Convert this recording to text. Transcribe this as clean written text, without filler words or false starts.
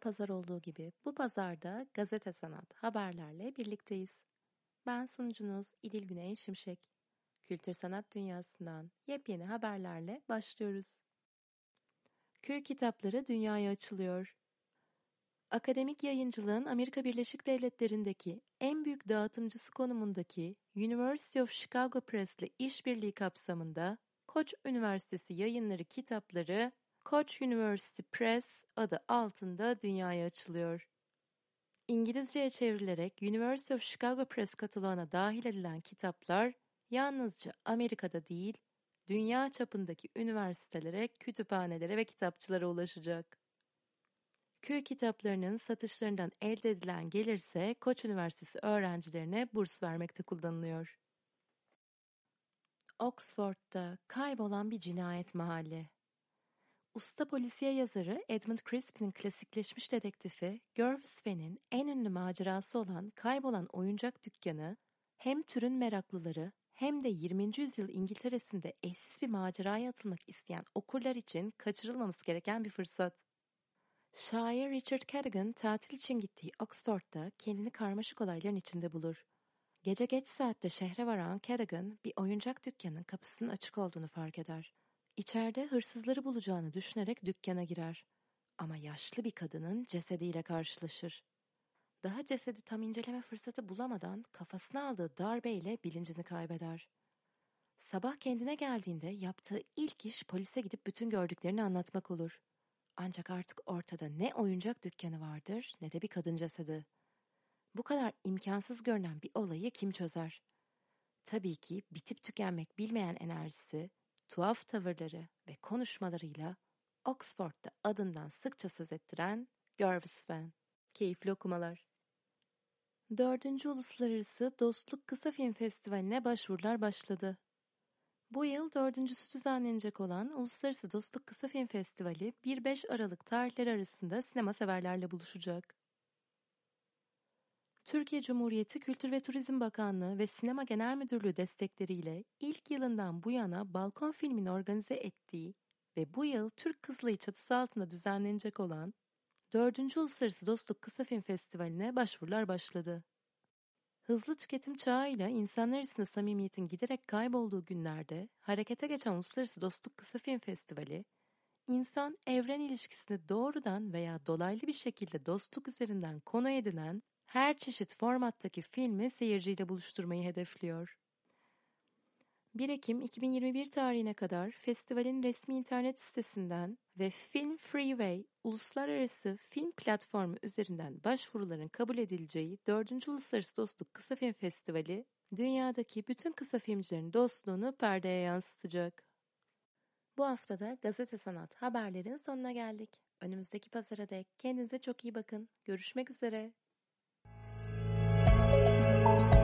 pazar olduğu gibi bu pazarda Gazete Sanat haberlerle birlikteyiz. Ben sunucunuz İdil Güney Şimşek. Kültür sanat dünyasından yepyeni haberlerle başlıyoruz. Köy kitapları dünyaya açılıyor. Akademik yayıncılığın Amerika Birleşik Devletleri'ndeki en büyük dağıtımcısı konumundaki University of Chicago Press ile işbirliği kapsamında Koç Üniversitesi Yayınları kitapları Koç University Press adı altında dünyaya açılıyor. İngilizceye çevrilerek University of Chicago Press kataloğuna dahil edilen kitaplar yalnızca Amerika'da değil, dünya çapındaki üniversitelere, kütüphanelere ve kitapçılara ulaşacak. Köy kitaplarının satışlarından elde edilen gelirse Koç Üniversitesi öğrencilerine burs vermekte kullanılıyor. Oxford'da kaybolan bir cinayet mahalli. Usta polisiye yazarı Edmund Crispin'in klasikleşmiş dedektifi Jervis Fenn'in en ünlü macerası olan kaybolan oyuncak dükkanı hem türün meraklıları hem de 20. yüzyıl İngiltere'sinde eşsiz bir maceraya atılmak isteyen okurlar için kaçırılmaması gereken bir fırsat. Şair Richard Cadogan tatil için gittiği Oxford'da kendini karmaşık olayların içinde bulur. Gece geç saatte şehre varan Cadogan bir oyuncak dükkanının kapısının açık olduğunu fark eder. İçeride hırsızları bulacağını düşünerek dükkana girer. Ama yaşlı bir kadının cesediyle karşılaşır. Daha cesedi tam inceleme fırsatı bulamadan kafasına aldığı darbeyle bilincini kaybeder. Sabah kendine geldiğinde yaptığı ilk iş polise gidip bütün gördüklerini anlatmak olur. Ancak artık ortada ne oyuncak dükkanı vardır ne de bir kadın cesedi. Bu kadar imkansız görünen bir olayı kim çözer? Tabii ki bitip tükenmek bilmeyen enerjisi, tuhaf tavırları ve konuşmalarıyla Oxford'da adından sıkça söz ettiren Jervis Fenn. Keyifli okumalar. 4. Uluslararası Dostluk Kısa Film Festivali'ne başvurular başladı. Bu yıl 4.'sü düzenlenecek olan Uluslararası Dostluk Kısa Film Festivali 1-5 Aralık tarihleri arasında sinema severlerle buluşacak. Türkiye Cumhuriyeti Kültür ve Turizm Bakanlığı ve Sinema Genel Müdürlüğü destekleriyle ilk yılından bu yana Balkon Film'in organize ettiği ve bu yıl Türk Kızılayı çatısı altında düzenlenecek olan 4. Uluslararası Dostluk Kısa Film Festivali'ne başvurular başladı. Hızlı tüketim çağıyla insanlar arasında samimiyetin giderek kaybolduğu günlerde harekete geçen Uluslararası Dostluk Kısa Film Festivali, insan-evren ilişkisini doğrudan veya dolaylı bir şekilde dostluk üzerinden konu edinen her çeşit formattaki filmi seyirciyle buluşturmayı hedefliyor. 1 Ekim 2021 tarihine kadar festivalin resmi internet sitesinden ve Film Freeway uluslararası film platformu üzerinden başvuruların kabul edileceği 4. Uluslararası Dostluk Kısa Film Festivali, dünyadaki bütün kısa filmcilerin dostluğunu perdeye yansıtacak. Bu haftada Gazete Sanat haberlerin sonuna geldik. Önümüzdeki pazara dek kendinize çok iyi bakın. Görüşmek üzere.